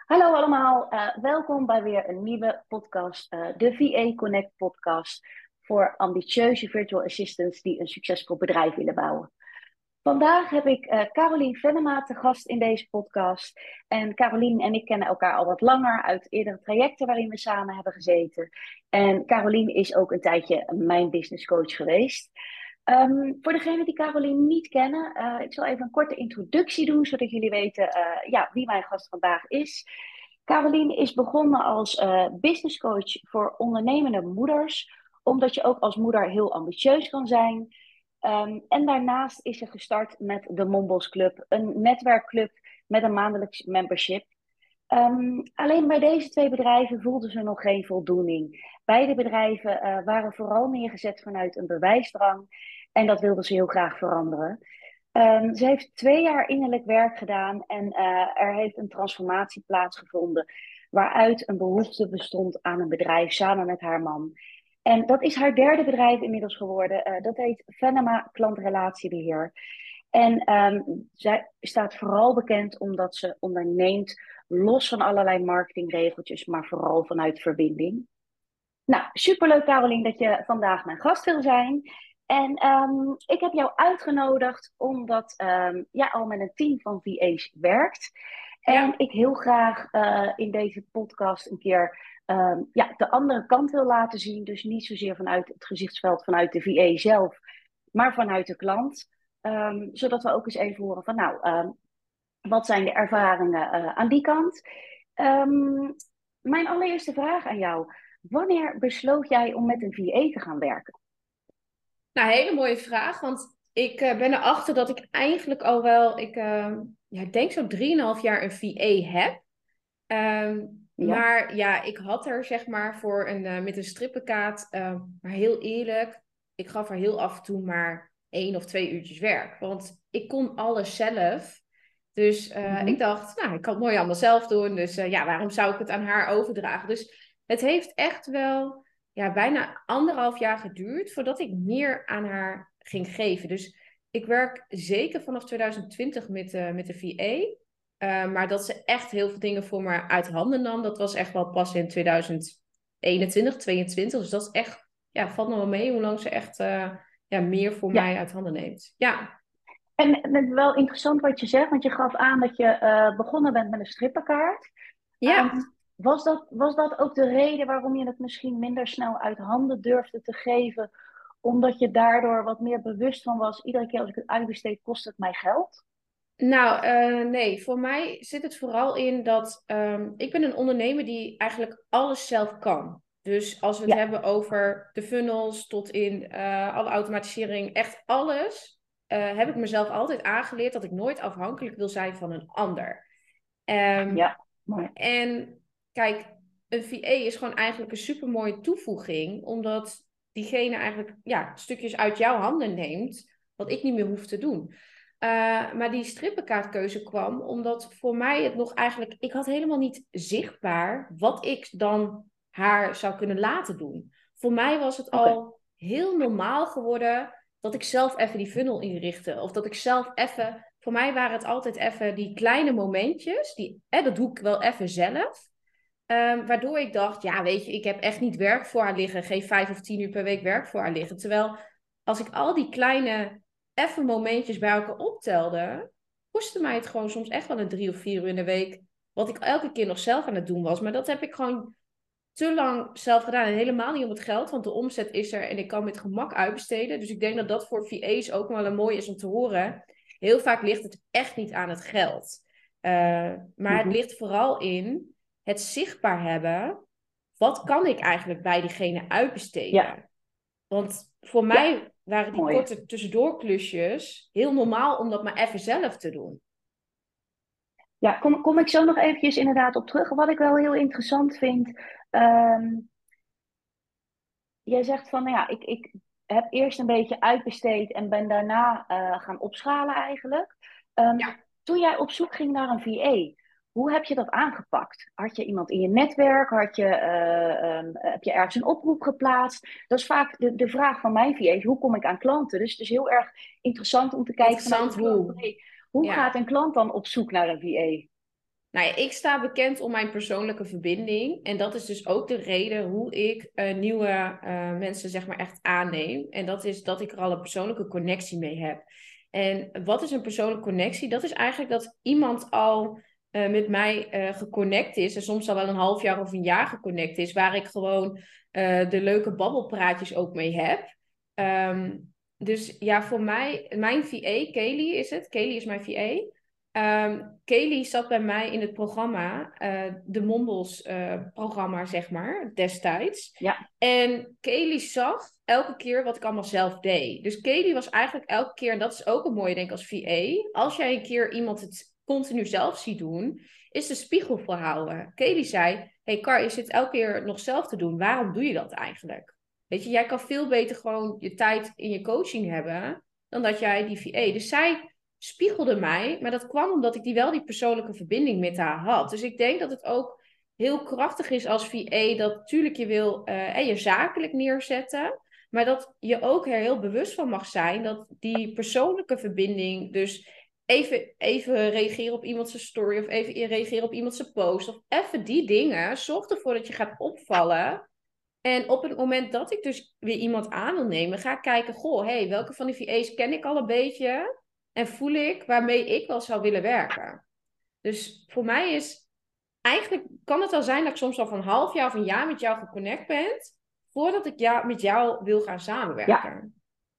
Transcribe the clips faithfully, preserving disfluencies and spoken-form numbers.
Hallo allemaal, eh, welkom bij weer een nieuwe podcast, eh, de V A Connect podcast voor ambitieuze virtual assistants die een succesvol bedrijf willen bouwen. Vandaag heb ik eh Carolien Venema te gast in deze podcast. En Carolien en ik kennen elkaar al wat langer uit eerdere trajecten waarin we samen hebben gezeten. En Carolien is ook een tijdje mijn business coach geweest. Ehm, voor degenen die Carolien niet kennen, eh, ik zal even een korte introductie doen, zodat jullie weten eh, ja, wie mijn gast vandaag is. Carolien is begonnen als eh business coach voor ondernemende moeders, omdat je ook als moeder heel ambitieus kan zijn. Um, en daarnaast is ze gestart met de Mombos Club, een netwerkclub met een maandelijks membership. Um, alleen bij deze twee bedrijven voelden ze nog geen voldoening. Beide bedrijven uh, waren vooral neergezet vanuit een bewijsdrang en dat wilden ze heel graag veranderen. Um, ze heeft twee jaar innerlijk werk gedaan en uh, er heeft een transformatie plaatsgevonden waaruit een behoefte bestond aan een bedrijf samen met haar man. En dat is haar derde bedrijf inmiddels geworden. Uh, dat heet Venema Klantrelatiebeheer. En um, zij staat vooral bekend omdat ze onderneemt los van allerlei marketingregeltjes, maar vooral vanuit verbinding. Nou, superleuk Carolien dat je vandaag mijn gast wil zijn. En um, ik heb jou uitgenodigd omdat um, jij al met een team van V A's werkt. En Ja, ik heel graag uh, in deze podcast een keer um, ja, de andere kant wil laten zien. Dus niet zozeer vanuit het gezichtsveld vanuit de V A zelf, maar vanuit de klant. Um, zodat we ook eens even horen van nou, um, wat zijn de ervaringen uh, aan die kant? Um, Mijn allereerste vraag aan jou. Wanneer besloot jij om met een V A te gaan werken? nou, hele mooie vraag. Want ik eh, ben erachter dat ik eigenlijk al wel, ik, eh, ja, ik denk zo drieënhalf jaar een V A heb. Ehm, Ja? maar ja, ik had er zeg maar voor een, eh, met een strippenkaart, eh, maar heel eerlijk, ik gaf er heel af en toe maar één of twee uurtjes werk. Want ik kon alles zelf. Dus eh, ik Mhm. dacht, nou, ik kan het mooi allemaal zelf doen. Dus eh, ja, waarom zou ik het aan haar overdragen? Dus het heeft echt wel ja, bijna anderhalf jaar geduurd voordat ik meer aan haar ging geven. Dus ik werk zeker vanaf twintig twintig met, eh, met de V A. Uh, maar dat ze echt heel veel dingen voor me uit handen nam, dat was echt wel pas in twintig eenentwintig, tweeëntwintig. Dus dat is echt, ja, valt nog wel mee hoe lang ze echt uh, ja, meer voor Ja. mij uit handen neemt. Ja, En het is wel interessant wat je zegt, want je gaf aan dat je uh, begonnen bent met een strippenkaart. ja. Um, was dat, was dat ook de reden waarom je het misschien minder snel uit handen durfde te geven? Omdat je daardoor wat meer bewust van was, iedere keer als ik het uitbesteed, kost het mij geld? Nou, uh, nee, voor mij zit het vooral in dat um, ik ben een ondernemer die eigenlijk alles zelf kan. Dus als we het Ja, hebben over de funnels tot in uh, alle automatisering, echt alles, uh, heb ik mezelf altijd aangeleerd dat ik nooit afhankelijk wil zijn van een ander. Um, ja, mooi. en kijk, een V A is gewoon eigenlijk een supermooie toevoeging, omdat diegene eigenlijk ja, stukjes uit jouw handen neemt, wat ik niet meer hoef te doen. Uh, maar die strippenkaartkeuze kwam omdat voor mij het nog eigenlijk... Ik had helemaal niet zichtbaar wat ik dan haar zou kunnen laten doen. Voor mij was het Oké. al heel normaal geworden dat ik zelf even die funnel inrichtte. Of dat ik zelf even... Voor mij waren het altijd even die kleine momentjes. Die, hè, dat doe ik wel even zelf. Um, waardoor ik dacht, ja weet je, ik heb echt niet werk voor haar liggen. Geen vijf of tien uur per week werk voor haar liggen. Terwijl als ik al die kleine even momentjes bij elkaar optelde, kostte mij het gewoon soms echt wel een drie of vier uur in de week. Wat ik elke keer nog zelf aan het doen was. Maar dat heb ik gewoon te lang zelf gedaan. En helemaal niet om het geld, want de omzet is er en ik kan met gemak uitbesteden. Dus ik denk dat dat voor V A's ook wel een mooi is om te horen. Heel vaak ligt het echt niet aan het geld. Uh, maar het Mhm. ligt vooral in het zichtbaar hebben. Wat kan ik eigenlijk bij diegene Ja, uitbesteden? Want voor ja, mij waren die mooi. korte tussendoorklusjes heel normaal om dat maar even zelf te doen. Ja, kom, kom ik zo nog eventjes inderdaad op terug. Wat ik wel heel interessant vind. ehm, Jij zegt van, nou ja, ik, ik heb eerst een beetje uitbesteed en ben daarna eh, gaan opschalen eigenlijk. Ehm, Ja. Toen jij op zoek ging naar een V A, hoe heb je dat aangepakt? Had je iemand in je netwerk? Had je, eh, ehm, heb je ergens een oproep geplaatst? Dat is vaak de, de vraag van mijn V A's, hoe kom ik aan klanten? Dus het is heel erg interessant om te kijken vanuit Interessant een klant. hoe. Hey, hoe gaat Ja. een klant dan op zoek naar een V A? Nou ja, ik sta bekend om mijn persoonlijke verbinding. En dat is dus ook de reden hoe ik uh, nieuwe uh, mensen zeg maar echt aanneem. En dat is dat ik er al een persoonlijke connectie mee heb. En wat is een persoonlijke connectie? Dat is eigenlijk dat iemand al uh, met mij uh, geconnect is. En soms al wel een half jaar of een jaar geconnect is. Waar ik gewoon uh, de leuke babbelpraatjes ook mee heb. Um, dus ja, voor mij, mijn V A, Kelly is het. Kelly is mijn V A. Um, Kelly zat bij mij in het programma, uh, de Monbos uh, programma, zeg maar, destijds. Ja, En Kelly zag elke keer wat ik allemaal zelf deed. Dus Kelly was eigenlijk elke keer, en dat is ook een mooie denk ik als V A, als jij een keer iemand het continu zelf ziet doen, is de spiegel voorhouden. Kelly zei, hey Kar, je zit elke keer nog zelf te doen, waarom doe je dat eigenlijk? Weet je, jij kan veel beter gewoon je tijd in je coaching hebben, dan dat jij die V A. Dus zij spiegelde mij, maar dat kwam omdat ik die wel die persoonlijke verbinding met haar had. Dus ik denk dat het ook heel krachtig is als V A, dat natuurlijk je wil uh, je zakelijk neerzetten, maar dat je ook er heel bewust van mag zijn dat die persoonlijke verbinding, dus even, even reageren op iemands story of even reageren op iemands post of even die dingen, zorgt ervoor dat je gaat opvallen. En op het moment dat ik dus weer iemand aan wil nemen, ga ik kijken, goh, hey, welke van die V A's ken ik al een beetje? En voel ik waarmee ik wel zou willen werken. Dus voor mij is, eigenlijk kan het wel zijn dat ik soms al van een half jaar of een jaar met jou geconnect ben, voordat ik jou, met jou wil gaan ja. samenwerken.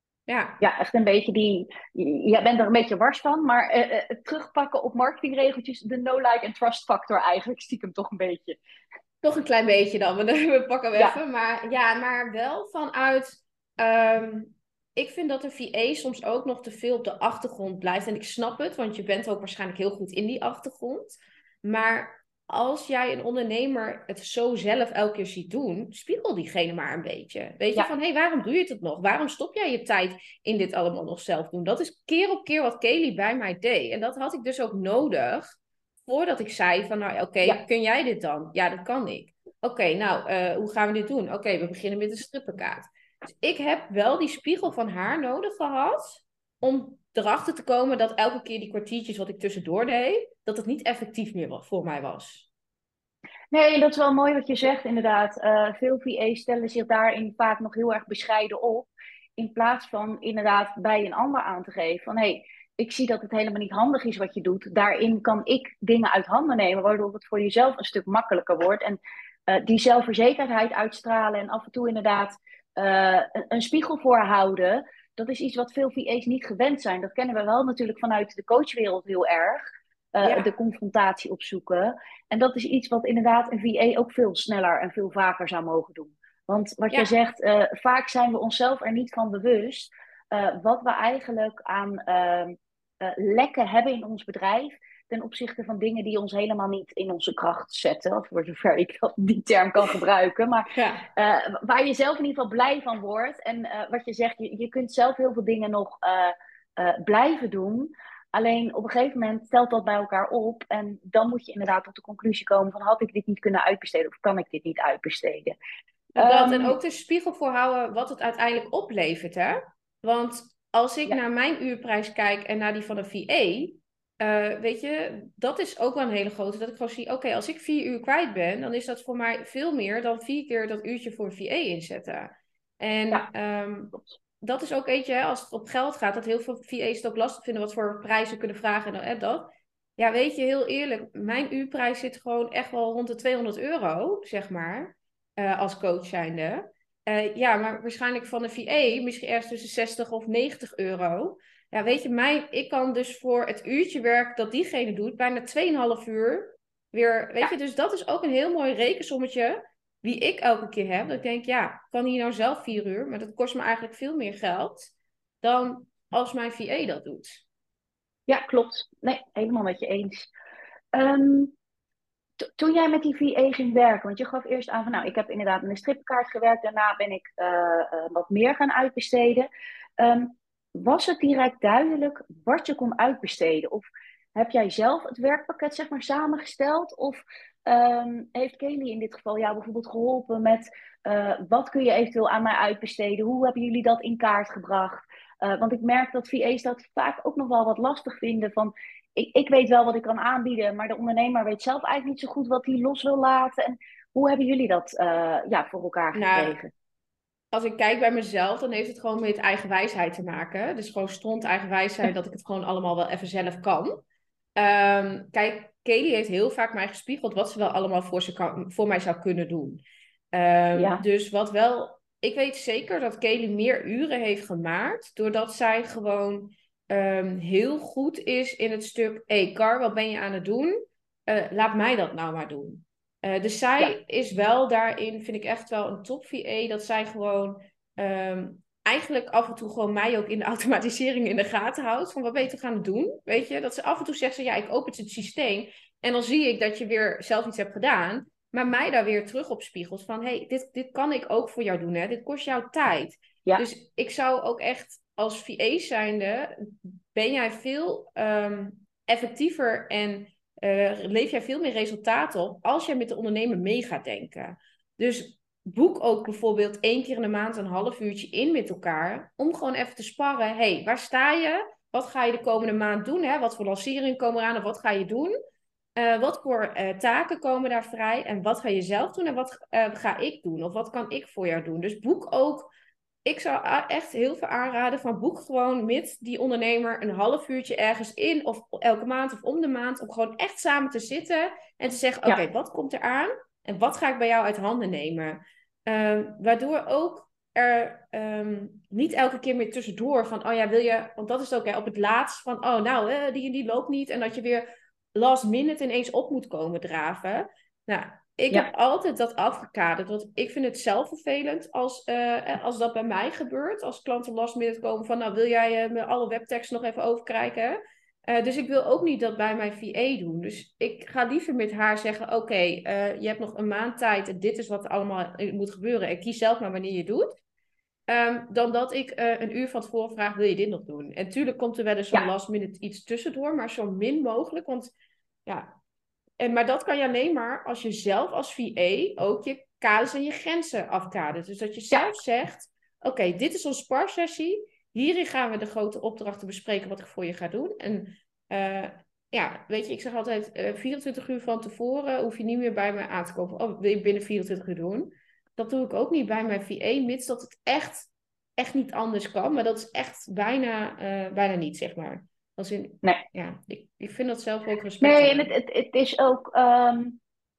Ja, Ja, echt een beetje die. Jij bent er een beetje wars van, maar eh, eh, het terugpakken op marketingregeltjes, de no like en trust factor eigenlijk stiekem toch een beetje. toch een klein beetje dan, maar we pakken we Ja, even. Maar ja, maar wel vanuit. ehm, ik vind dat de V A soms ook nog te veel op de achtergrond blijft. En ik snap het, want je bent ook waarschijnlijk heel goed in die achtergrond. Maar als jij een ondernemer het zo zelf elke keer ziet doen, spiegel diegene maar een beetje. Weet je, van hé, ja, hey, waarom doe je het nog? Waarom stop jij je tijd in dit allemaal nog zelf doen? Dat is keer op keer wat Kelly bij mij deed. En dat had ik dus ook nodig voordat ik zei van, nou oké, okay, ja. kun jij dit dan? Ja, dat kan ik. Oké, okay, nou, uh, hoe gaan we dit doen? Oké, okay, we beginnen met een strippenkaart. Dus ik heb wel die spiegel van haar nodig gehad om erachter te komen dat elke keer die kwartiertjes wat ik tussendoor deed, dat het niet effectief meer voor mij was. Nee, dat is wel mooi wat je zegt, inderdaad. Uh, veel V A's stellen zich daarin vaak nog heel erg bescheiden op. In plaats van inderdaad bij een ander aan te geven van hé, hey, ik zie dat het helemaal niet handig is wat je doet. Daarin kan ik dingen uit handen nemen, waardoor het voor jezelf een stuk makkelijker wordt. En uh, die zelfverzekerdheid uitstralen en af en toe inderdaad uh, een, een spiegel voorhouden. Dat is iets wat veel V A's niet gewend zijn. Dat kennen we wel natuurlijk vanuit de coachwereld heel erg. Uh, de Ja, confrontatie opzoeken. En dat is iets wat inderdaad een V A ook veel sneller en veel vaker zou mogen doen. Want wat je ja, zegt, uh, vaak zijn we onszelf er niet van bewust uh, wat we eigenlijk aan uh, uh, lekken hebben in ons bedrijf ten opzichte van dingen die ons helemaal niet in onze kracht zetten, of voor zover ik dat, die term kan gebruiken, maar ja. uh, waar je zelf in ieder geval blij van wordt. En uh, wat je zegt, je, je kunt zelf heel veel dingen nog uh, uh, blijven doen. Alleen op een gegeven moment stelt dat bij elkaar op. En dan moet je inderdaad tot de conclusie komen van had ik dit niet kunnen uitbesteden of kan ik dit niet uitbesteden. Nou, dat. En ook Um, de spiegel voorhouden wat het uiteindelijk oplevert, hè? Want als ik ja, naar mijn uurprijs kijk en naar die van een V A, uh, weet je, dat is ook wel een hele grote. Dat ik gewoon zie, oké, okay, als ik vier uur kwijt ben, dan is dat voor mij veel meer dan vier keer dat uurtje voor een V A inzetten. En ja, um, klopt. dat is ook eentje, hè, als het op geld gaat, dat heel veel V A's het ook lastig vinden wat voor prijzen kunnen vragen en dat. Ja, weet je, heel eerlijk, mijn uurprijs zit gewoon echt wel rond de tweehonderd euro, zeg maar. Uh, als coach zijnde. Uh, ja, maar waarschijnlijk van de V A misschien ergens tussen zestig of negentig euro. Ja, weet je, mij, ik kan dus voor het uurtje werk dat diegene doet, bijna twee komma vijf uur weer, weet je, Ja, dus dat is ook een heel mooi rekensommetje wie ik elke keer heb. Dat ik denk, ja, kan hier nou zelf vier uur, maar dat kost me eigenlijk veel meer geld dan als mijn V A dat doet. ja, klopt. Nee, helemaal met je eens. Um, to- toen jij met die V A ging werken, want je gaf eerst aan van nou, ik heb inderdaad met een stripkaart gewerkt, daarna ben ik uh, uh, wat meer gaan uitbesteden. Um, was het direct duidelijk wat je kon uitbesteden? Of heb jij zelf het werkpakket zeg maar samengesteld? Of um, heeft Kelly in dit geval jou bijvoorbeeld geholpen met uh, wat kun je eventueel aan mij uitbesteden? Hoe hebben jullie dat in kaart gebracht? Uh, want ik merk dat V A's dat vaak ook nog wel wat lastig vinden van ik, ik weet wel wat ik kan aanbieden, maar de ondernemer weet zelf eigenlijk niet zo goed wat hij los wil laten. En hoe hebben jullie dat eh, ja, voor elkaar Nou, gekregen? als ik kijk bij mezelf, dan heeft het gewoon met eigen wijsheid te maken. Dus gewoon stront eigen wijsheid dat ik het gewoon allemaal wel even zelf kan. Ehm, kijk, Kelly heeft heel vaak mij gespiegeld wat ze wel allemaal voor, ze kan, voor mij zou kunnen doen. Ehm, Ja, dus wat wel, ik weet zeker dat Kelly meer uren heeft gemaakt, doordat zij gewoon ehm, heel goed is in het stuk, hé hey Car, wat ben je aan het doen? Eh, laat mij dat nou maar doen. Eh, dus ja, zij is wel daarin, vind ik echt wel een top V A, dat zij gewoon ehm, eigenlijk af en toe gewoon mij ook in de automatisering in de gaten houdt. Van wat ben je toch aan het doen? Weet je, dat ze af en toe zegt, ze, ja, ik open het systeem. En dan zie ik dat je weer zelf iets hebt gedaan. Maar mij daar weer terug op spiegelt van, hey, dit, dit kan ik ook voor jou doen. Hè? Dit kost jou tijd. ja, Dus ik zou ook echt als V A zijnde, ben jij veel ehm, effectiever en uh, leef jij veel meer resultaat op als jij met de ondernemer mee gaat denken. Dus boek ook bijvoorbeeld één keer in de maand een half uurtje in met elkaar. Om gewoon even te sparren. hey, waar sta je? Wat ga je de komende maand doen? Hè? Wat voor lanceringen komen eraan? En wat ga je doen? Uh, wat voor uh, taken komen daar vrij? En wat ga je zelf doen? En wat uh, ga ik doen? Of wat kan ik voor jou doen? Dus boek ook. Ik zou echt heel veel aanraden van boek gewoon met die ondernemer een half uurtje ergens in. Of elke maand of om de maand. Om gewoon echt samen te zitten. En te zeggen, oké, okay, ja, wat komt er aan? En wat ga ik bij jou uit handen nemen? Um, waardoor ook er um, niet elke keer meer tussendoor van, oh ja, wil je, want dat is ook hè, op het laatst van, oh nou, eh, die en die loopt niet. En dat je weer last minute ineens op moet komen draven. Nou, ik heb ja, altijd dat afgekaderd, want ik vind het zelf vervelend als, uh, als dat bij mij gebeurt. Als klanten last minute komen van, nou wil jij uh, me alle webtekst nog even overkrijgen? Uh, dus ik wil ook niet dat bij mijn V A doen. Dus ik ga liever met haar zeggen, oké, okay, uh, je hebt nog een maand tijd en dit is wat er allemaal moet gebeuren. En kies zelf maar wanneer je het doet. Um, dan dat ik uh, een uur van tevoren vraag, wil je dit nog doen? En tuurlijk komt er wel eens zo'n ja, last minute iets tussendoor, maar zo min mogelijk. Want ja, en, maar dat kan je alleen maar als je zelf als V A ook je kaders en je grenzen afkadert. Dus dat je ja, zelf zegt, oké, okay, dit is onze sparsessie. Hierin gaan we de grote opdrachten bespreken wat ik voor je ga doen. En uh, ja, weet je, ik zeg altijd, uh, vierentwintig uur van tevoren hoef je niet meer bij mij aan te komen. Oh, wil je binnen vierentwintig uur doen? Dat doe ik ook niet bij mijn V A, mits dat het echt, echt niet anders kan. Maar dat is echt bijna, uh, bijna niet, zeg maar. Als in, nee. ja, ik, ik vind dat zelf ook respect Nee, en het, hebben. het, het is ook ehm,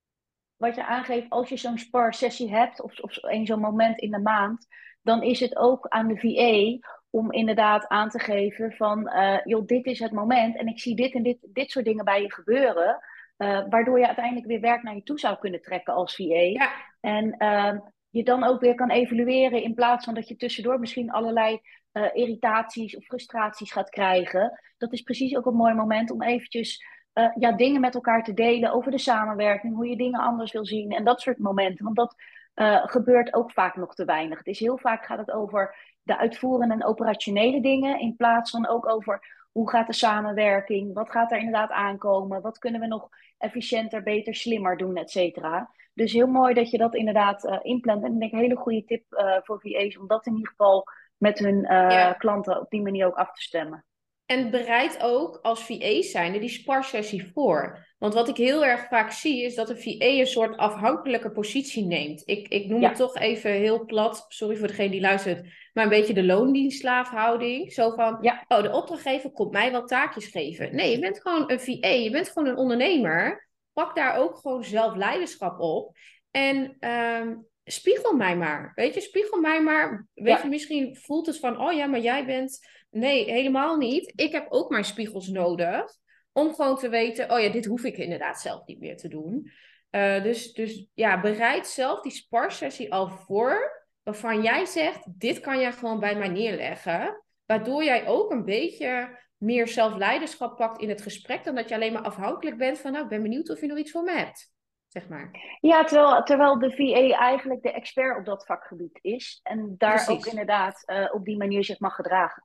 wat je aangeeft, als je zo'n spar-sessie hebt, of, of een zo'n moment in de maand, dan is het ook aan de V A om inderdaad aan te geven van, eh, joh, dit is het moment en ik zie dit en dit, dit soort dingen bij je gebeuren, uh, waardoor je uiteindelijk weer werk naar je toe zou kunnen trekken als V A. Ja, En uh, je dan ook weer kan evalueren in plaats van dat je tussendoor misschien allerlei uh, irritaties of frustraties gaat krijgen. Dat is precies ook een mooi moment om eventjes uh, ja, dingen met elkaar te delen over de samenwerking, hoe je dingen anders wil zien en dat soort momenten. Want dat uh, gebeurt ook vaak nog te weinig. Het is heel vaak gaat het over de uitvoerende en operationele dingen, in plaats van ook over hoe gaat de samenwerking, wat gaat er inderdaad aankomen, wat kunnen we nog efficiënter, beter, slimmer doen, et cetera. Dus heel mooi dat je dat inderdaad uh, inplant. En ik denk een hele goede tip uh, voor V A's om dat in ieder geval met hun uh, ja. klanten op die manier ook af te stemmen. En bereid ook als V A's zijnde die sparsessie voor. Want wat ik heel erg vaak zie, is dat een V A een soort afhankelijke positie neemt. Ik, ik noem het Ja, toch even heel plat, sorry voor degene die luistert, maar een beetje de loondienstslaafhouding. Zo van, ja, oh, de opdrachtgever komt mij wat taakjes geven. Nee, je bent gewoon een V A, je bent gewoon een ondernemer. Pak daar ook gewoon zelf leiderschap op. En um, spiegel mij maar, weet je, spiegel mij maar. Weet je, ja, misschien voelt het van, oh ja, maar jij bent... Nee, helemaal niet. Ik heb ook mijn spiegels nodig. Om gewoon te weten, oh ja, dit hoef ik inderdaad zelf niet meer te doen. Uh, dus, dus ja, bereid zelf die sparsessie al voor. Waarvan jij zegt, dit kan jij gewoon bij mij neerleggen. Waardoor jij ook een beetje meer zelfleiderschap pakt in het gesprek. Dan dat je alleen maar afhankelijk bent van, nou, ik ben benieuwd of je nog iets voor me hebt. Zeg maar. ja, terwijl, terwijl de V A eigenlijk de expert op dat vakgebied is. En daar ook Precies. inderdaad uh, op die manier zich mag gedragen.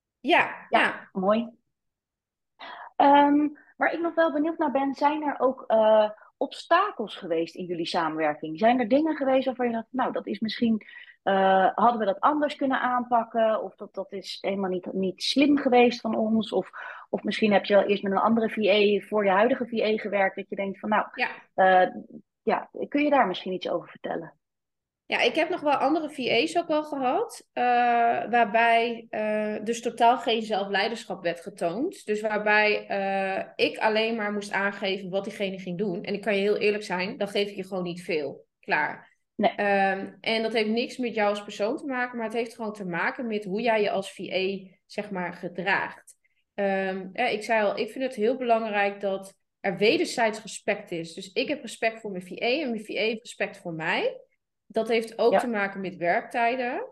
Ja, Ja, ja. mooi. Um, waar ik nog wel benieuwd naar ben, zijn er ook uh, obstakels geweest in jullie samenwerking? Zijn er dingen geweest waarvan je dacht, nou, dat is misschien Uh, hadden we dat anders kunnen aanpakken? Of dat, dat is helemaal niet, niet slim geweest van ons? Of, of misschien heb je wel eerst met een andere V A voor je huidige V A gewerkt. Dat je denkt van nou, Ja. uh, ja, kun je daar misschien iets over vertellen? Ja, ik heb nog wel andere V A's ook wel gehad, uh, waarbij uh, dus totaal geen zelfleiderschap werd getoond. Dus waarbij uh, ik alleen maar moest aangeven wat diegene ging doen. En ik kan je heel eerlijk zijn, dan geef ik je gewoon niet veel. Klaar. Nee. Um, en dat heeft niks met jou als persoon te maken, maar het heeft gewoon te maken met hoe jij je als V A, zeg maar, gedraagt. Um, ja, ik zei al, ik vind het heel belangrijk dat er wederzijds respect is. Dus ik heb respect voor mijn V A en mijn V A heeft respect voor mij. Dat heeft ook Ja. te maken met werktijden.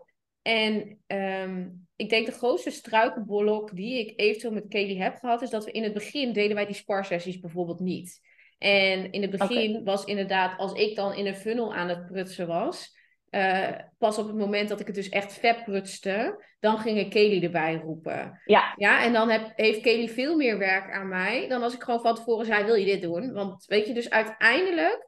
En um, ik denk de grootste struikelblok die ik eventueel met Kelly heb gehad, is dat we in het begin deden wij die sparsessies bijvoorbeeld niet. En in het begin okay. was inderdaad, als ik dan in een funnel aan het prutsen was, uh, pas op het moment dat ik het dus echt vet prutste, dan ging ik Kelly erbij roepen. Ja. Ja, en dan heb, heeft Kelly veel meer werk aan mij dan als ik gewoon van tevoren zei, wil je dit doen? Want weet je, dus uiteindelijk,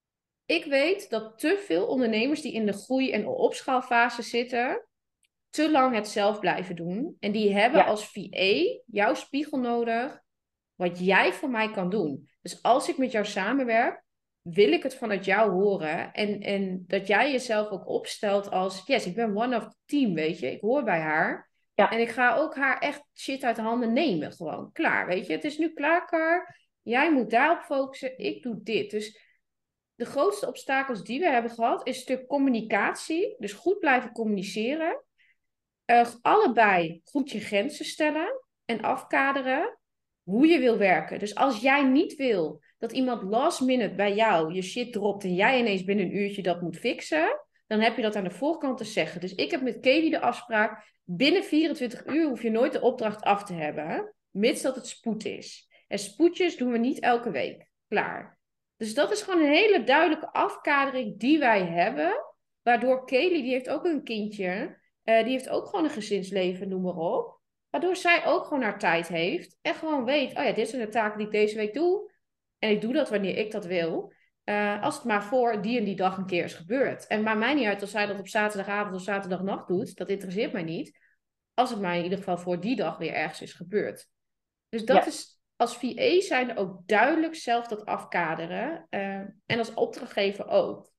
ik weet dat te veel ondernemers die in de groei- en opschaalfase zitten, te lang het zelf blijven doen. En die hebben ja. als V A jouw spiegel nodig, wat jij voor mij kan doen. Dus als ik met jou samenwerk, wil ik het vanuit jou horen. En, en dat jij jezelf ook opstelt als, yes, ik ben one of the team, weet je. Ik hoor bij haar. Ja. En ik ga ook haar echt shit uit de handen nemen. Gewoon, klaar, weet je. Het is nu klaar, Kar. Jij moet daarop focussen. Ik doe dit. Dus de grootste obstakels die we hebben gehad, is een stuk communicatie. Dus goed blijven communiceren. Uh, allebei goed je grenzen stellen en afkaderen hoe je wil werken. Dus als jij niet wil dat iemand last minute bij jou je shit dropt en jij ineens binnen een uurtje dat moet fixen, dan heb je dat aan de voorkant te zeggen. Dus ik heb met Kelly de afspraak, binnen vierentwintig uur hoef je nooit de opdracht af te hebben, mits dat het spoed is. En spoedjes doen we niet elke week. Klaar. Dus dat is gewoon een hele duidelijke afkadering die wij hebben, waardoor Kelly, die heeft ook een kindje, uh, die heeft ook gewoon een gezinsleven, noem maar op. Waardoor zij ook gewoon haar tijd heeft. En gewoon weet, oh ja, dit zijn de taken die ik deze week doe. En ik doe dat wanneer ik dat wil. Uh, als het maar voor die en die dag een keer is gebeurd. En maakt mij niet uit of zij dat op zaterdagavond of zaterdagnacht doet. Dat interesseert mij niet. Als het maar in ieder geval voor die dag weer ergens is gebeurd. Dus dat ja. is als V A zijn ook duidelijk zelf dat afkaderen. Uh, en als opdrachtgever ook.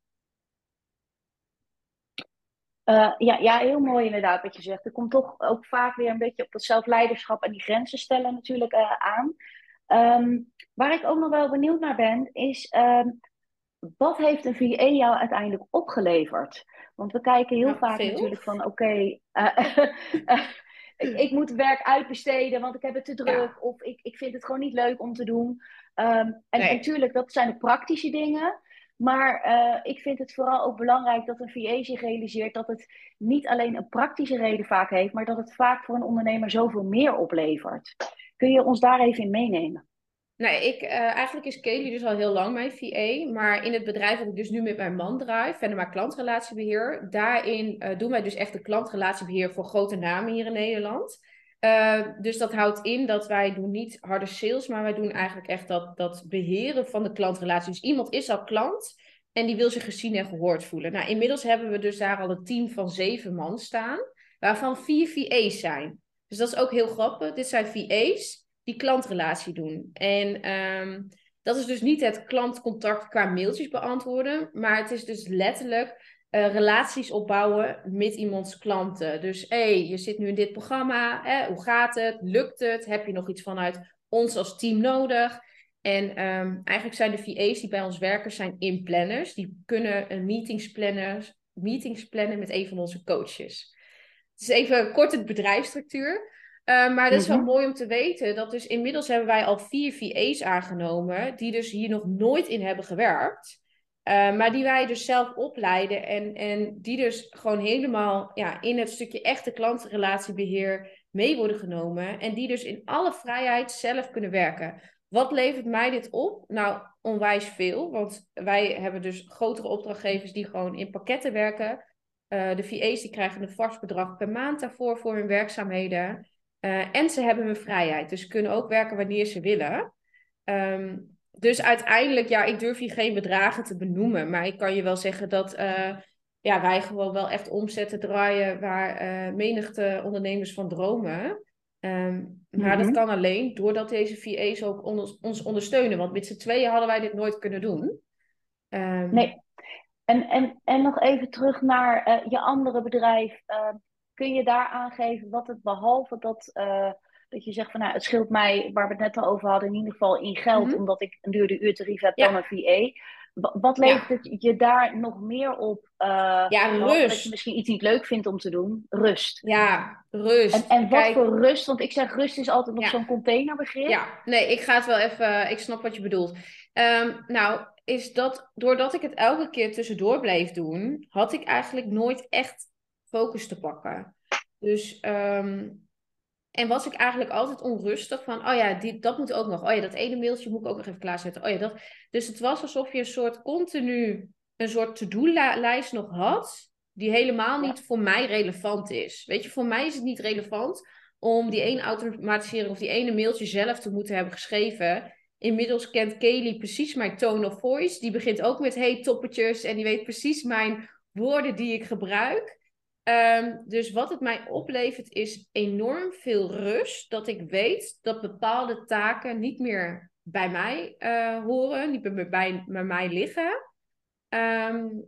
Uh, ja, ja, heel mooi inderdaad wat je zegt. Er komt toch ook vaak weer een beetje op dat zelfleiderschap en die grenzen stellen natuurlijk uh, aan. Um, waar ik ook nog wel benieuwd naar ben, is um, wat heeft een V A jou uiteindelijk opgeleverd? Want we kijken heel nou, vaak veel. natuurlijk van oké, okay, uh, uh, ik, ik moet werk uitbesteden, want ik heb het te druk. Ja. Of ik, ik vind het gewoon niet leuk om te doen. Um, en nee. natuurlijk, dat zijn de praktische dingen. Maar uh, ik vind het vooral ook belangrijk dat een V A zich realiseert dat het niet alleen een praktische reden vaak heeft, maar dat het vaak voor een ondernemer zoveel meer oplevert. Kun je ons daar even in meenemen? Nee, ik, uh, eigenlijk is Kelly dus al heel lang mijn V A. Maar in het bedrijf dat ik dus nu met mijn man draai, Venema Klantrelatiebeheer, daarin uh, doen wij dus echt de klantrelatiebeheer voor grote namen hier in Nederland. Uh, dus dat houdt in dat wij doen niet harde sales, maar wij doen eigenlijk echt dat, dat beheren van de klantrelatie. Dus iemand is al klant en die wil zich gezien en gehoord voelen. Nou, inmiddels hebben we dus daar al een team van zeven man staan, waarvan vier V A's zijn. Dus dat is ook heel grappig. Dit zijn V A's die klantrelatie doen. En um, dat is dus niet het klantcontact qua mailtjes beantwoorden, maar het is dus letterlijk uh, relaties opbouwen met iemands klanten. Dus hé, hey, je zit nu in dit programma, hè, hoe gaat het? Lukt het? Heb je nog iets vanuit ons als team nodig? En um, eigenlijk zijn de V A's die bij ons werken, zijn inplanners. Die kunnen een meetings plannen, meetings plannen met een van onze coaches. Het is even kort het bedrijfsstructuur. Uh, maar dat is wel mooi om te weten, dat dus inmiddels hebben wij al vier V A's aangenomen, die dus hier nog nooit in hebben gewerkt. Uh, maar die wij dus zelf opleiden en, en die dus gewoon helemaal ja, in het stukje echte klantenrelatiebeheer mee worden genomen. En die dus in alle vrijheid zelf kunnen werken. Wat levert mij dit op? Nou, onwijs veel. Want wij hebben dus grotere opdrachtgevers die gewoon in pakketten werken. Uh, de V A's die krijgen een vast bedrag per maand daarvoor voor hun werkzaamheden. Uh, en ze hebben hun vrijheid. Dus ze kunnen ook werken wanneer ze willen. Um, dus uiteindelijk, ja, ik durf hier geen bedragen te benoemen. Maar ik kan je wel zeggen dat uh, ja, wij gewoon wel echt omzetten draaien waar eh menigte ondernemers van dromen. Ehm, maar dat Mhm. kan alleen doordat deze V A's ook onder- ons ondersteunen. Want met z'n tweeën hadden wij dit nooit kunnen doen. Ehm, Nee. En, en, en nog even terug naar eh, je andere bedrijf. Eh, kun je daar aangeven wat het behalve dat, eh, dat je zegt van nou, het scheelt mij, waar we het net al over hadden, in ieder geval in geld, mhm. omdat ik een duurder uurtarief heb dan een Ja, V A. Wa- Wat levert ja. het je daar nog meer op, eh, Ja, behalve dat je rust. misschien iets niet leuk vindt om te doen? Rust. Ja, En, rust. en wat Kijk, voor rust? Want ik zeg rust is altijd nog ja. zo'n containerbegrip. Ja, nee, ik ga het wel even. Ik snap wat je bedoelt. Ehm, nou, is dat doordat ik het elke keer tussendoor bleef doen, had ik eigenlijk nooit echt focus te pakken. Dus, ehm, en was ik eigenlijk altijd onrustig van, oh ja, die, dat moet ook nog. Oh ja, dat ene mailtje moet ik ook nog even klaarzetten. Oh ja, dat. Dus het was alsof je een soort continu, een soort to-do-lijst nog had, die helemaal Ja. niet voor mij relevant is. Weet je, voor mij is het niet relevant om die ene automatisering of die ene mailtje zelf te moeten hebben geschreven. Inmiddels kent Kelly precies mijn tone of voice. Die begint ook met hey toppetjes en die weet precies mijn woorden die ik gebruik. Um, dus wat het mij oplevert is enorm veel rust. Dat ik weet dat bepaalde taken niet meer bij mij uh, horen, niet bij, bij, bij mij liggen. Um,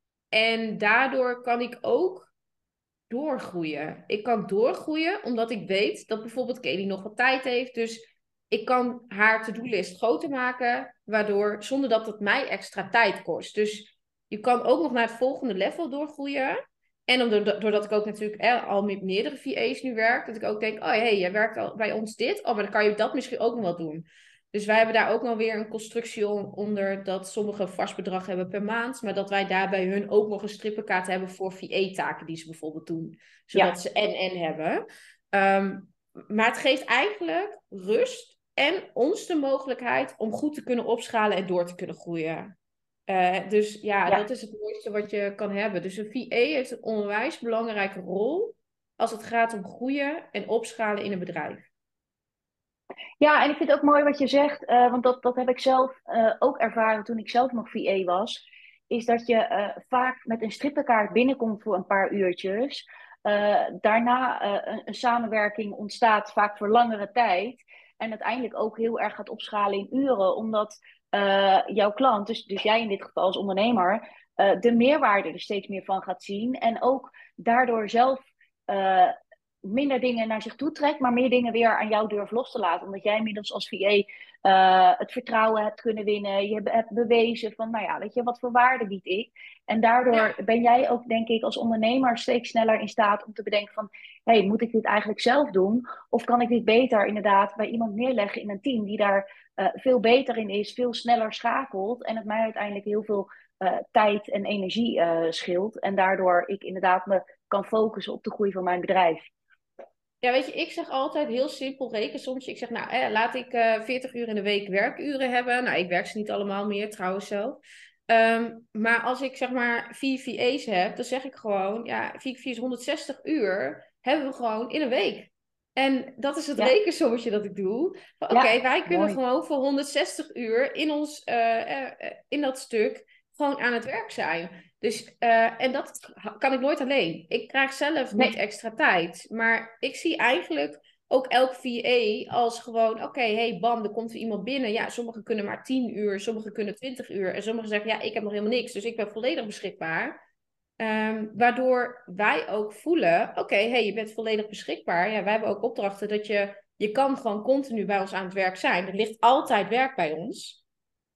en daardoor kan ik ook doorgroeien. Ik kan doorgroeien omdat ik weet dat bijvoorbeeld Kelly nog wat tijd heeft. Dus ik kan haar to-do-list groter maken, waardoor zonder dat het mij extra tijd kost. Dus je kan ook nog naar het volgende level doorgroeien. En omdat, doordat ik ook natuurlijk eh, al met meerdere V A's nu werk, dat ik ook denk, oh hé, hey, jij werkt al bij ons dit. Oh, maar dan kan je dat misschien ook nog wel doen. Dus wij hebben daar ook nog weer een constructie onder dat sommigen een vast bedrag hebben per maand, maar dat wij daarbij hun ook nog een strippenkaart hebben voor V A-taken die ze bijvoorbeeld doen, zodat Ja. ze en-en hebben. Um, maar het geeft eigenlijk rust en ons de mogelijkheid om goed te kunnen opschalen en door te kunnen groeien. Uh, dus ja, dat Ja. is het mooiste wat je kan hebben. Dus een V A heeft een onwijs belangrijke rol als het gaat om groeien en opschalen in een bedrijf. Ja, en ik vind het ook mooi wat je zegt, eh, want dat, dat heb ik zelf eh, ook ervaren toen ik zelf nog V A was. Is dat je eh, vaak met een strippenkaart binnenkomt voor een paar uurtjes. Eh, daarna eh, een, een samenwerking ontstaat, vaak voor langere tijd. En uiteindelijk ook heel erg gaat opschalen in uren, omdat eh, jouw klant, dus, dus jij in dit geval als ondernemer, eh, de meerwaarde er steeds meer van gaat zien. En ook daardoor zelf eh, minder dingen naar zich toe trekt, maar meer dingen weer aan jou durft los te laten. Omdat jij inmiddels als V A uh, het vertrouwen hebt kunnen winnen. Je hebt bewezen van, nou ja, weet je, wat voor waarde bied ik? En daardoor Ja, ben jij ook, denk ik, als ondernemer steeds sneller in staat om te bedenken van, hé, hey, moet ik dit eigenlijk zelf doen? Of kan ik dit beter inderdaad bij iemand neerleggen in een team die daar uh, veel beter in is, veel sneller schakelt en het mij uiteindelijk heel veel uh, tijd en energie uh, scheelt. En daardoor ik inderdaad me kan focussen op de groei van mijn bedrijf. Ja, weet je, ik zeg altijd heel simpel rekensommetje. Ik zeg, nou, eh, laat ik uh, veertig uur in de week werkuren hebben. Nou, ik werk ze niet allemaal meer, trouwens zelf. Um, maar als ik zeg maar vier V A's heb, dan zeg ik gewoon, ja, vier keer vier is honderdzestig uur, hebben we gewoon in een week. En dat is het Ja, rekensommetje dat ik doe. Oké, okay, ja, wij kunnen mooi. gewoon voor honderdzestig uur in, ons, uh, uh, in dat stuk gewoon aan het werk zijn. Dus, uh, en dat kan ik nooit alleen. Ik krijg zelf niet Nee, extra tijd. Maar ik zie eigenlijk ook elk V A als gewoon... Oké, okay, hey, bam, er komt er iemand binnen. Ja, sommigen kunnen maar tien uur, sommigen kunnen twintig uur. En sommigen zeggen, ja, ik heb nog helemaal niks. Dus ik ben volledig beschikbaar. Um, waardoor wij ook voelen... Oké, okay, hey, je bent volledig beschikbaar. Ja, wij hebben ook opdrachten dat je... Je kan gewoon continu bij ons aan het werk zijn. Er ligt altijd werk bij ons.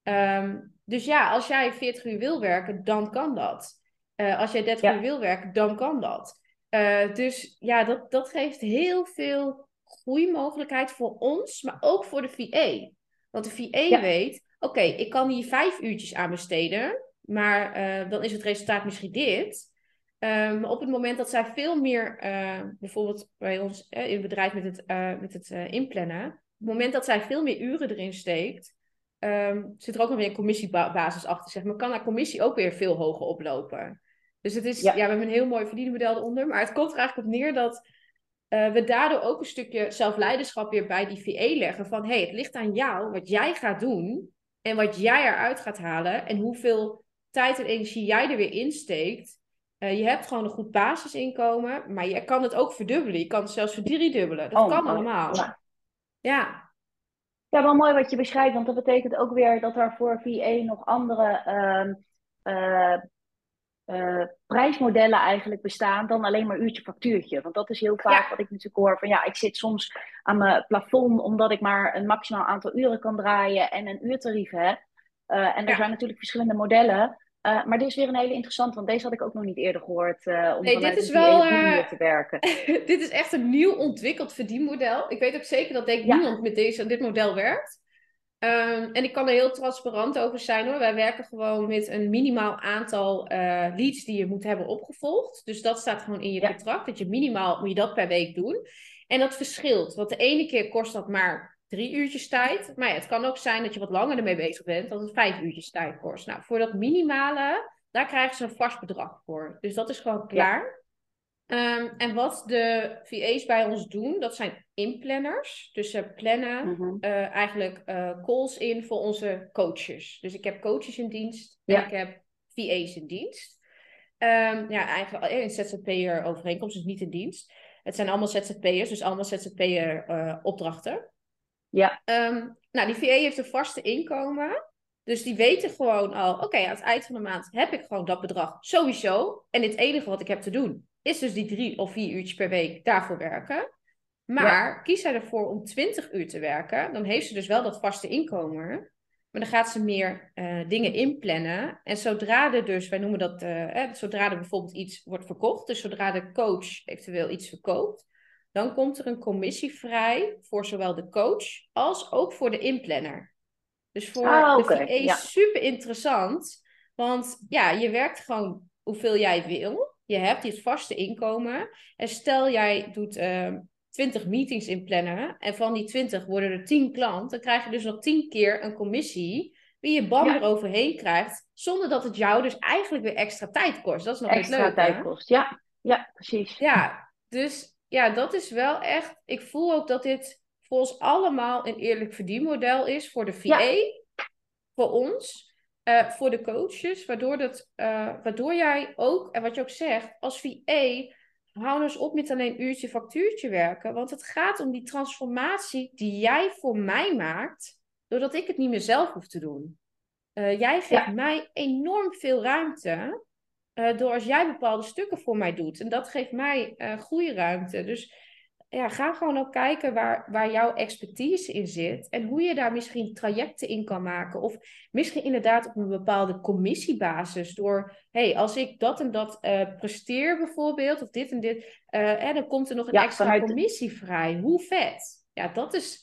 Um, dus ja, als jij veertig uur wil werken, dan kan dat. Uh, als jij dertig uur ja, wil werken, dan kan dat. Uh, dus ja, dat, dat geeft heel veel groeimogelijkheid voor ons, maar ook voor de V A. Want de V A ja, weet, oké, okay, ik kan hier vijf uurtjes aan besteden, maar uh, dan is het resultaat misschien dit. Um, op het moment dat zij veel meer, uh, bijvoorbeeld bij ons uh, in het bedrijf met het, uh, met het uh, inplannen, op het moment dat zij veel meer uren erin steekt, Um, zit er ook nog weer een commissiebasis achter, zeg maar. Kan haar commissie ook weer veel hoger oplopen. Dus het is, ja, we ja, hebben een heel mooi verdienmodel eronder. Maar het komt er eigenlijk op neer dat uh, we daardoor ook een stukje zelfleiderschap weer bij die V A leggen. Van, hé, hey, het ligt aan jou wat jij gaat doen. En wat jij eruit gaat halen. En hoeveel tijd en energie jij er weer insteekt. Uh, je hebt gewoon een goed basisinkomen, maar je kan het ook verdubbelen. Je kan het zelfs verdriedubbelen. Dat Oh, kan mooi. allemaal. Ja. Ja. Ja, wel mooi wat je beschrijft, want dat betekent ook weer dat er voor V A nog andere ehm, eh, eh, prijsmodellen eigenlijk bestaan dan alleen maar uurtje factuurtje. Want dat is heel vaak Ja. wat ik natuurlijk hoor van ja, ik zit soms aan mijn plafond omdat ik maar een maximaal aantal uren kan draaien en een uurtarief heb. Uh, en er Ja. zijn natuurlijk verschillende modellen. Uh, maar dit is weer een hele interessante, want deze had ik ook nog niet eerder gehoord uh, om Nee, dit vanuit is een V A wel... op die Uh, manier te werken. dit is echt een nieuw ontwikkeld verdienmodel. Ik weet ook zeker dat denk Ja, niemand met deze, dit model werkt. Um, en ik kan er heel transparant over zijn hoor. Wij werken gewoon met een minimaal aantal uh, leads die je moet hebben opgevolgd. Dus dat staat gewoon in je ja, contract. Dat je minimaal moet je dat per week doen. En dat verschilt. Want de ene keer kost dat maar drie uurtjes tijd. Maar ja, het kan ook zijn dat je wat langer ermee bezig bent. Dat het vijf uurtjes tijd kost. Nou, voor dat minimale, daar krijgen ze een vast bedrag voor. Dus dat is gewoon ja. klaar. Um, en wat de V A's bij ons doen, dat zijn inplanners. Dus ze plannen Mm-hmm. uh, eigenlijk uh, calls in voor onze coaches. Dus ik heb coaches in dienst en Ja. ik heb V A's in dienst. Um, ja, eigenlijk een Z Z P'er overeenkomst, dus niet in dienst. Het zijn allemaal Z Z P'ers, dus allemaal Z Z P'er uh, opdrachten. Ja. Um, nou, die V A heeft een vaste inkomen. Dus die weten gewoon al, oké, okay, aan het eind van de maand heb ik gewoon dat bedrag sowieso. En het enige wat ik heb te doen is dus die drie of vier uurtjes per week daarvoor werken. Maar Ja. kies zij ervoor om twintig uur te werken, dan heeft ze dus wel dat vaste inkomen. Maar dan gaat ze meer uh, dingen inplannen. En zodra er dus, wij noemen dat, uh, eh, zodra er bijvoorbeeld iets wordt verkocht, dus zodra de coach eventueel iets verkoopt, dan komt er een commissie vrij voor zowel de coach als ook voor de inplanner. Dus voor Ah, de oké. V A Ja. super interessant. Want ja, je werkt gewoon hoeveel jij wil. Je hebt dit vaste inkomen. En stel jij doet uh, twintig meetings inplannen. En van die twintig worden er tien klanten. Dan krijg je dus nog tien keer een commissie. Wie je bam Ja. eroverheen krijgt. Zonder dat het jou dus eigenlijk weer extra tijd kost. Dat is nog Extra het leuke. tijd kost. Ja. Ja, precies. Ja, dus ja, dat is wel echt... Ik voel ook dat dit voor ons allemaal een eerlijk verdienmodel is. Voor de V A, Ja. voor ons, uh, voor de coaches. Waardoor, dat, uh, waardoor jij ook, en wat je ook zegt, als V A... hou dus op met alleen uurtje factuurtje werken. Want het gaat om die transformatie die jij voor mij maakt. Doordat ik het niet meer zelf hoef te doen. Uh, jij geeft Ja. mij enorm veel ruimte... Uh, door als jij bepaalde stukken voor mij doet. En dat geeft mij uh, goede ruimte. Dus ja, ga gewoon ook kijken waar, waar jouw expertise in zit. En hoe je daar misschien trajecten in kan maken. Of misschien inderdaad op een bepaalde commissiebasis. Door, hé, hey, als ik dat en dat uh, presteer bijvoorbeeld. Of dit en dit. Uh, en dan komt er nog een Ja, extra vanuit... commissie vrij. Hoe vet. Ja, dat is...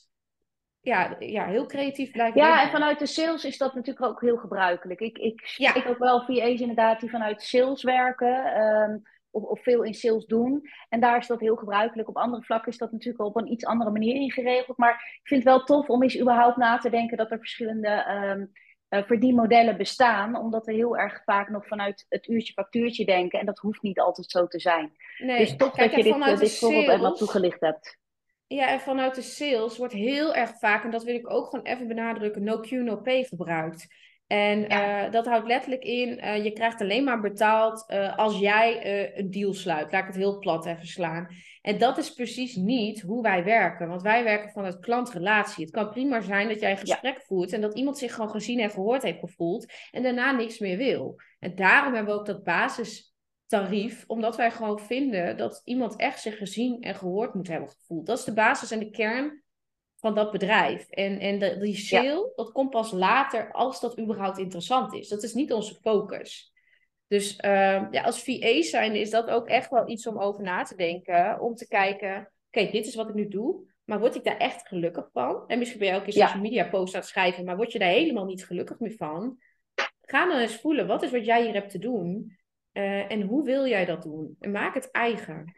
Ja, ja, heel creatief blijven Ja, denken. en vanuit de sales is dat natuurlijk ook heel gebruikelijk. Ik, ik spreek Ja. ook wel V A's inderdaad die vanuit sales werken. Um, of, of veel in sales doen. En daar is dat heel gebruikelijk. Op andere vlakken is dat natuurlijk op een iets andere manier ingeregeld. Maar ik vind het wel tof om eens überhaupt na te denken dat er verschillende um, uh, verdienmodellen bestaan. Omdat we heel erg vaak nog vanuit het uurtje factuurtje denken. En dat hoeft niet altijd zo te zijn. Nee, Dus tof kijk, dat je en dit, vanuit uh, de dit voorbeeld even wat sales... toegelicht hebt. Ja, en vanuit de sales wordt heel erg vaak, en dat wil ik ook gewoon even benadrukken, no Q, no pay gebruikt. En Ja. uh, dat houdt letterlijk in, uh, je krijgt alleen maar betaald uh, als jij uh, een deal sluit. Laat ik het heel plat even slaan. En dat is precies niet hoe wij werken. Want wij werken vanuit klantrelatie. Het kan prima zijn dat jij een gesprek ja. voert en dat iemand zich gewoon gezien en gehoord heeft gevoeld en daarna niks meer wil. En daarom hebben we ook dat basistarief, omdat wij gewoon vinden dat iemand echt zich gezien en gehoord moet hebben gevoeld. Dat is de basis en de kern van dat bedrijf. En, en de, die sale, ja. dat komt pas later als dat überhaupt interessant is. Dat is niet onze focus. Dus uh, ja, als V A zijn is dat ook echt wel iets om over na te denken. Om te kijken, oké, okay, dit is wat ik nu doe. Maar word ik daar echt gelukkig van? En misschien ben je ook in social media posts aan het schrijven. Maar word je daar helemaal niet gelukkig meer van? Ga dan eens voelen, wat is wat jij hier hebt te doen? Uh, en hoe wil jij dat doen? En maak het eigen.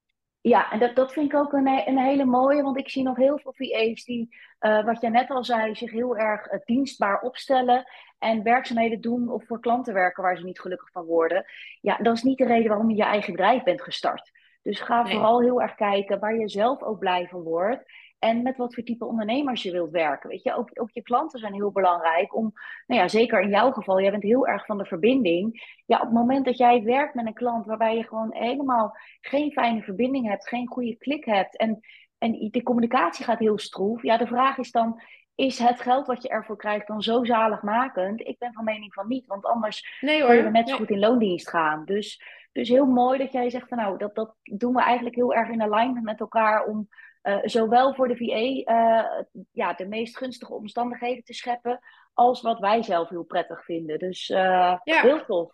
Ja, en dat, dat vind ik ook een, een hele mooie, want ik zie nog heel veel V A's die, uh, wat jij net al zei, zich heel erg uh, dienstbaar opstellen en werkzaamheden doen of voor klanten werken waar ze niet gelukkig van worden. Ja, dat is niet de reden waarom je je eigen bedrijf bent gestart. Dus ga Nee. vooral heel erg kijken waar je zelf ook blij van wordt. en met wat voor type ondernemers je wilt werken. Weet je, ook, ook je klanten zijn heel belangrijk om, nou ja, zeker in jouw geval, jij bent heel erg van de verbinding. Ja, op het moment dat jij werkt met een klant waarbij je gewoon helemaal geen fijne verbinding hebt, geen goede klik hebt en, en de communicatie gaat heel stroef. Ja, de vraag is dan, is het geld wat je ervoor krijgt dan zo zaligmakend? Ik ben van mening van niet, want anders Nee kon je er hoor, net zo goed nee. in loondienst gaan. Dus, dus heel mooi dat jij zegt van nou, dat, dat doen we eigenlijk heel erg in alignment met elkaar om uh, zowel voor de V A uh, ja, de meest gunstige omstandigheden te scheppen, als wat wij zelf heel prettig vinden. Dus uh, Ja, heel tof.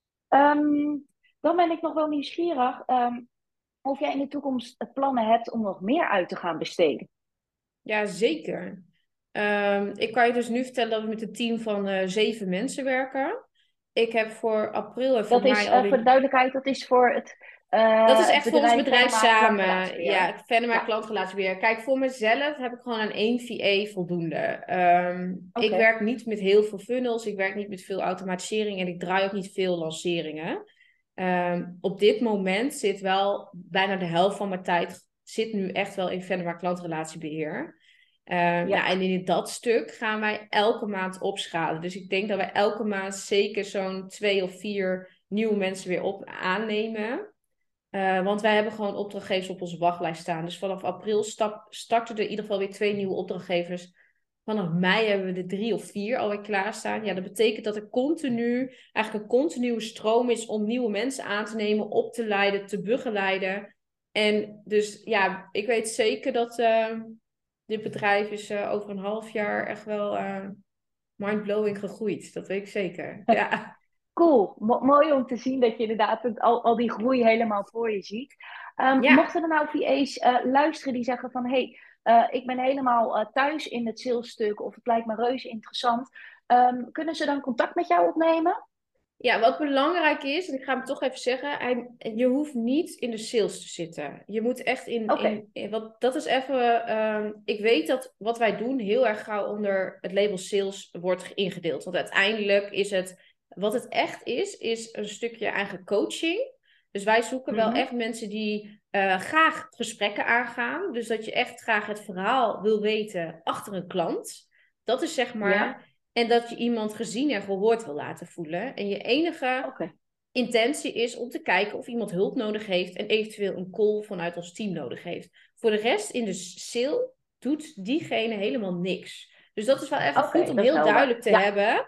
Um, dan ben ik nog wel nieuwsgierig um, of jij in de toekomst plannen hebt om nog meer uit te gaan besteden. ja zeker. Ehm, ik kan je dus nu vertellen dat we met een team van eh, zeven mensen werken. Ik heb voor april en voor Dat is, mei uh, voor de alweer. duidelijkheid, dat is voor het Dat is uh, echt voor ons bedrijf bedrijf Venema samen. Klantrelatiebeheer. Ja, Venema Ja, klantrelatiebeheer. Kijk, voor mezelf heb ik gewoon aan één V A voldoende. Ehm, ik oké. werk niet met heel veel funnels. Ik werk niet met veel automatisering. En ik draai ook niet veel lanceringen. Ehm, op dit moment zit wel bijna de helft van mijn tijd zit nu echt wel in Venema klantrelatiebeheer. Ehm, Ja, nou, en in dat stuk gaan wij elke maand opschalen. Dus ik denk dat wij elke maand zeker zo'n twee of vier nieuwe mensen weer op aannemen. Uh, want wij hebben gewoon opdrachtgevers op onze wachtlijst staan. Dus vanaf april stap, starten er in ieder geval weer twee nieuwe opdrachtgevers. Vanaf mei hebben we er drie of vier alweer klaarstaan. Ja, dat betekent dat er continu, eigenlijk een continue stroom is om nieuwe mensen aan te nemen, op te leiden, te begeleiden. En dus ja, ik weet zeker dat uh, dit bedrijf is uh, over een half jaar echt wel uh, mindblowing gegroeid. Dat weet ik zeker. Ja. cool. Mo- mooi om te zien dat je inderdaad het- al, al die groei helemaal voor je ziet. Um, Ja. mochten er nou V A's uh, luisteren die zeggen van hey, uh, ik ben helemaal uh, thuis in het salesstuk of het lijkt me reuze interessant. Um, kunnen ze dan contact met jou opnemen? Ja, wat belangrijk is, en ik ga hem toch even zeggen, hij, je hoeft niet in de sales te zitten. Je moet echt in, Oké, in, in wat, dat is even, ehm, ik weet dat wat wij doen heel erg gauw onder het label sales wordt ingedeeld. Want uiteindelijk is het, wat het echt is, is een stukje eigen coaching. Dus wij zoeken wel mhm, echt mensen die eh, graag gesprekken aangaan. Dus dat je echt graag het verhaal wil weten achter een klant. Dat is zeg ja, maar. En dat je iemand gezien en gehoord wil laten voelen. En je enige oké, intentie is om te kijken of iemand hulp nodig heeft en eventueel een call vanuit ons team nodig heeft. Voor de rest in de sale doet diegene helemaal niks. Dus dat is wel even goed oké, om dat is heel helder. duidelijk te Ja, hebben.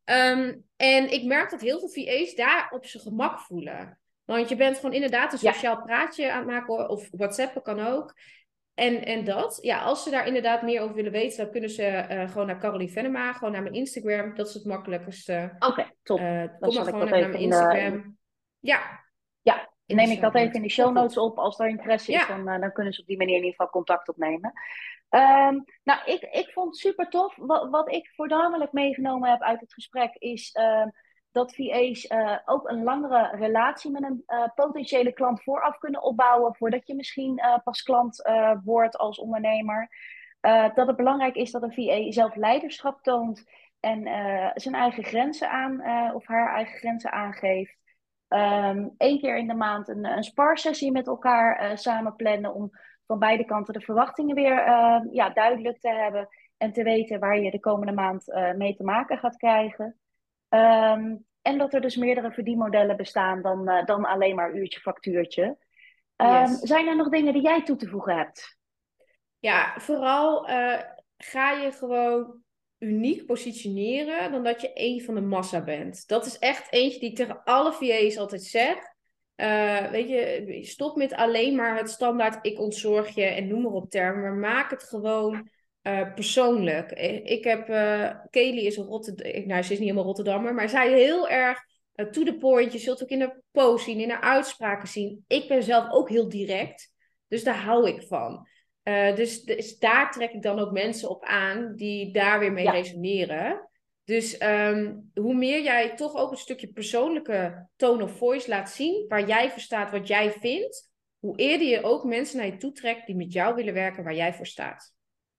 Um, en ik merk dat heel veel V A's daar op zijn gemak voelen. Want je bent gewoon inderdaad een ja, sociaal praatje aan het maken, of WhatsAppen kan ook. En, en dat, ja, als ze daar inderdaad meer over willen weten, dan kunnen ze uh, gewoon naar Caroline Venema, gewoon naar mijn Instagram. Dat is het makkelijkste. oké, top. Uh, Dan kom zal maar ik gewoon dat naar even mijn in de, in Instagram. Ja, Ja, in de neem ik show dat even in notes. de show Komt notes goed. op. Als er interesse is, Ja, dan, uh, dan kunnen ze op die manier in ieder geval contact opnemen. Um, nou, ik, ik vond het super tof. Wat, wat ik voornamelijk meegenomen heb uit het gesprek is uh, dat V A's uh, ook een langere relatie met een uh, potentiële klant vooraf kunnen opbouwen voordat je misschien uh, pas klant uh, wordt als ondernemer. Uh, dat het belangrijk is dat een V A zelf leiderschap toont en uh, zijn eigen grenzen aan uh, of haar eigen grenzen aangeeft. Um, Eén keer in de maand een, een sparsessie met elkaar uh, samen plannen om van beide kanten de verwachtingen weer uh, ja, duidelijk te hebben en te weten waar je de komende maand uh, mee te maken gaat krijgen. Um, en dat er dus meerdere verdienmodellen bestaan dan, uh, dan alleen maar uurtje factuurtje. Um, yes. zijn er nog dingen die jij toe te voegen hebt? Ja, vooral uh, ga je gewoon uniek positioneren dan dat je één van de massa bent. Dat is echt eentje die ik tegen alle V A's altijd zeg. Uh, weet je, stop met alleen maar het standaard ik ontzorg je en noem maar op termen, maar maak het gewoon uh, persoonlijk. Ik heb, uh, Kelly is een Rotterdam, nou ze is niet helemaal Rotterdammer, maar zij is heel erg uh, to the point. Je zult ook in de post zien, in de uitspraken zien. Ik ben zelf ook heel direct, dus daar hou ik van. Uh, dus, dus daar trek ik dan ook mensen op aan die daar weer mee Ja, resoneren. Dus um, hoe meer jij toch ook een stukje persoonlijke tone of voice laat zien, waar jij verstaat wat jij vindt, hoe eerder je ook mensen naar je toe trekt die met jou willen werken waar jij voor staat.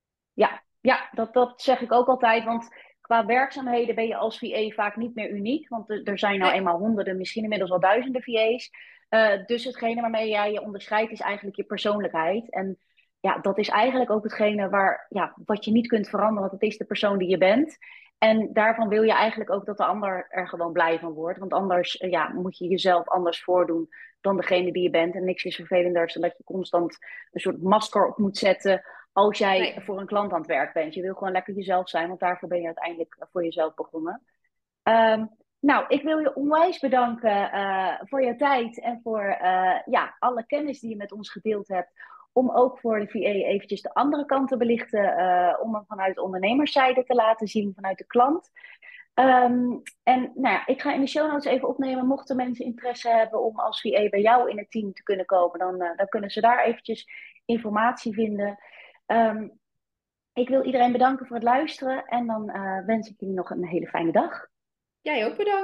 ja, ja dat, dat zeg ik ook altijd. Want qua werkzaamheden ben je als V A vaak niet meer uniek. Want er, er zijn nou Nee, eenmaal honderden, misschien inmiddels wel duizenden V A's. Uh, dus hetgene waarmee jij je onderscheidt is eigenlijk je persoonlijkheid. En ja, dat is eigenlijk ook hetgene waar, ja, wat je niet kunt veranderen, want het is de persoon die je bent. En daarvan wil je eigenlijk ook dat de ander er gewoon blij van wordt. Want anders eh, ja, moet je jezelf anders voordoen dan degene die je bent. En niks is vervelender dan dat je constant een soort masker op moet zetten als jij Nee. voor een klant aan het werk bent. Je wil gewoon lekker jezelf zijn, want daarvoor ben je uiteindelijk voor jezelf begonnen. Ehm, nou, ik wil je onwijs bedanken eh, voor je tijd en voor eh, ja, alle kennis die je met ons gedeeld hebt. Om ook voor de V A eventjes de andere kant te belichten. eh, om hem vanuit ondernemerszijde te laten zien, vanuit de klant. Ehm, en nou ja, ik ga in de show notes even opnemen. Mochten mensen interesse hebben om als V A bij jou in het team te kunnen komen, dan, eh, dan kunnen ze daar eventjes informatie vinden. Ehm, ik wil iedereen bedanken voor het luisteren. En dan eh, wens ik jullie nog een hele fijne dag. Jij ook bedankt.